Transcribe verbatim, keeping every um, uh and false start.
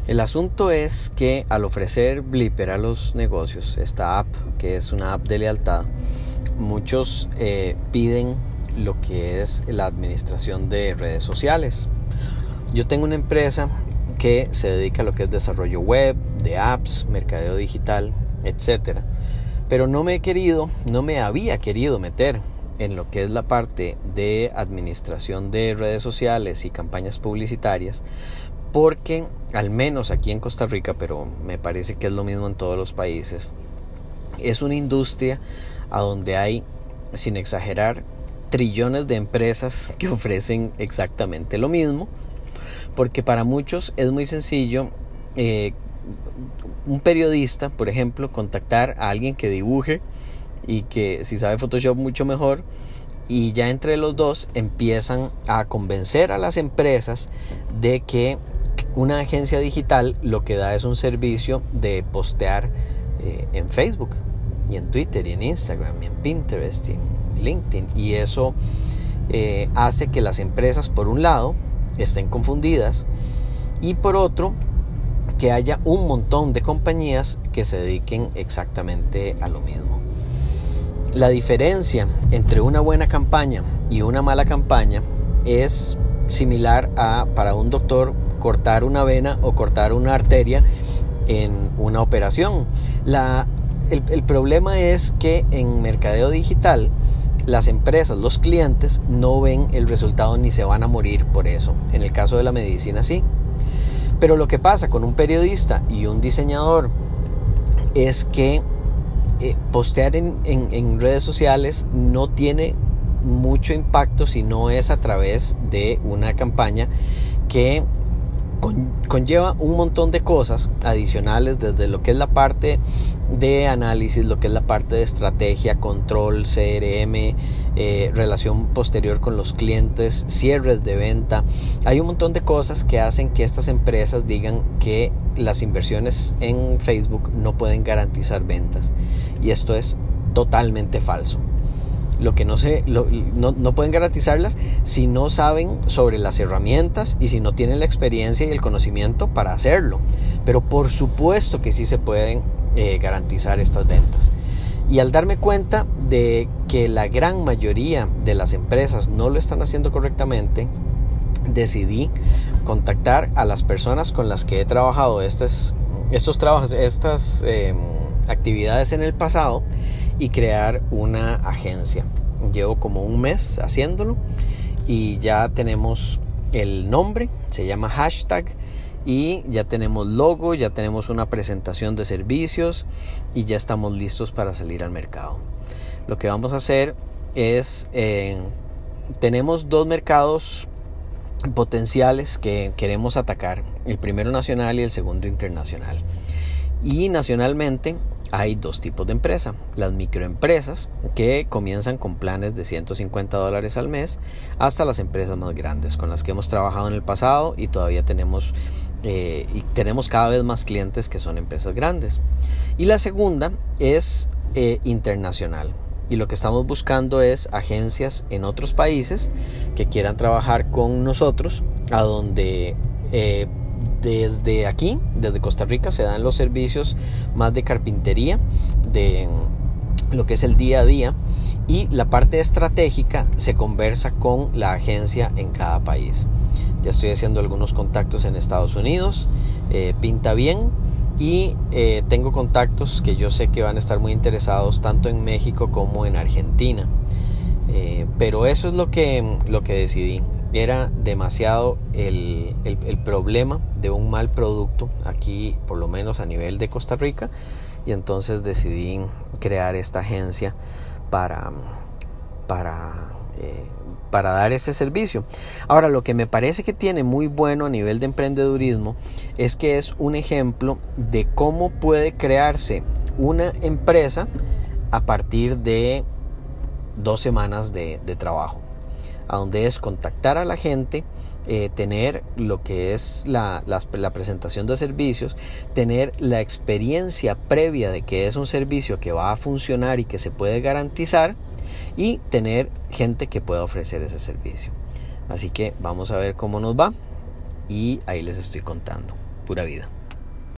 El asunto es que al ofrecer Bliper a los negocios, esta app, que es una app de lealtad, muchos eh, piden lo que es la administración de redes sociales. Yo tengo una empresa que se dedica a lo que es desarrollo web, de apps, mercadeo digital, etcétera. Pero no me he querido, no me había querido meter en lo que es la parte de administración de redes sociales y campañas publicitarias, porque al menos aquí en Costa Rica, pero me parece que es lo mismo en todos los países, es una industria a donde hay, sin exagerar, trillones de empresas que ofrecen exactamente lo mismo, porque para muchos es muy sencillo eh, un periodista, por ejemplo, contactar a alguien que dibuje y que si sabe Photoshop mucho mejor, y ya entre los dos empiezan a convencer a las empresas de que una agencia digital lo que da es un servicio de postear eh, en Facebook y en Twitter y en Instagram y en Pinterest y en LinkedIn, y eso eh, hace que las empresas por un lado estén confundidas y por otro que haya un montón de compañías que se dediquen exactamente a lo mismo. La diferencia entre una buena campaña y una mala campaña es similar a para un doctor cortar una vena o cortar una arteria en una operación. La, el, el problema es que en mercadeo digital las empresas, los clientes no ven el resultado ni se van a morir por eso. En el caso de la medicina sí. Pero lo que pasa con un periodista y un diseñador es que eh, postear en, en, en redes sociales no tiene mucho impacto si no es a través de una campaña que con, conlleva un montón de cosas adicionales, desde lo que es la parte de análisis, lo que es la parte de estrategia, control, C R M, eh, relación posterior con los clientes, cierres de venta. Hay un montón de cosas que hacen que estas empresas digan que las inversiones en Facebook no pueden garantizar ventas, y esto es totalmente falso. Lo que no se lo, no, no pueden garantizarlas si no saben sobre las herramientas y si no tienen la experiencia y el conocimiento para hacerlo. Pero por supuesto que sí se pueden eh, garantizar estas ventas. Y al darme cuenta de que la gran mayoría de las empresas no lo están haciendo correctamente, decidí contactar a las personas con las que he trabajado estos, estos trabajos, estas eh, actividades en el pasado, y crear una agencia. Llevo como un mes haciéndolo y ya tenemos el nombre, se llama Hashtag, y ya tenemos logo, ya tenemos una presentación de servicios y ya estamos listos para salir al mercado. Lo que vamos a hacer es, eh, tenemos dos mercados potenciales que queremos atacar, el primero nacional y el segundo internacional. Y nacionalmente hay dos tipos de empresa: las microempresas, que comienzan con planes de ciento cincuenta dólares al mes, hasta las empresas más grandes con las que hemos trabajado en el pasado y todavía tenemos eh, y tenemos cada vez más clientes que son empresas grandes. Y la segunda es eh, internacional, y lo que estamos buscando es agencias en otros países que quieran trabajar con nosotros, a donde eh, desde aquí, desde Costa Rica, se dan los servicios más de carpintería, de lo que es el día a día, y la parte estratégica se conversa con la agencia en cada país. Ya estoy haciendo algunos contactos en Estados Unidos, eh, pinta bien, y eh, tengo contactos que yo sé que van a estar muy interesados tanto en México como en Argentina. Eh, pero eso es lo que, lo que decidí. Era demasiado el, el, el problema de un mal producto aquí, por lo menos a nivel de Costa Rica, y entonces decidí crear esta agencia para, para, eh, para dar ese servicio. Ahora, lo que me parece que tiene muy bueno a nivel de emprendedurismo es que es un ejemplo de cómo puede crearse una empresa a partir de dos semanas de, de trabajo, a donde es contactar a la gente, eh, tener lo que es la, la, la presentación de servicios, tener la experiencia previa de que es un servicio que va a funcionar y que se puede garantizar, y tener gente que pueda ofrecer ese servicio. Así que vamos a ver cómo nos va y ahí les estoy contando. Pura vida.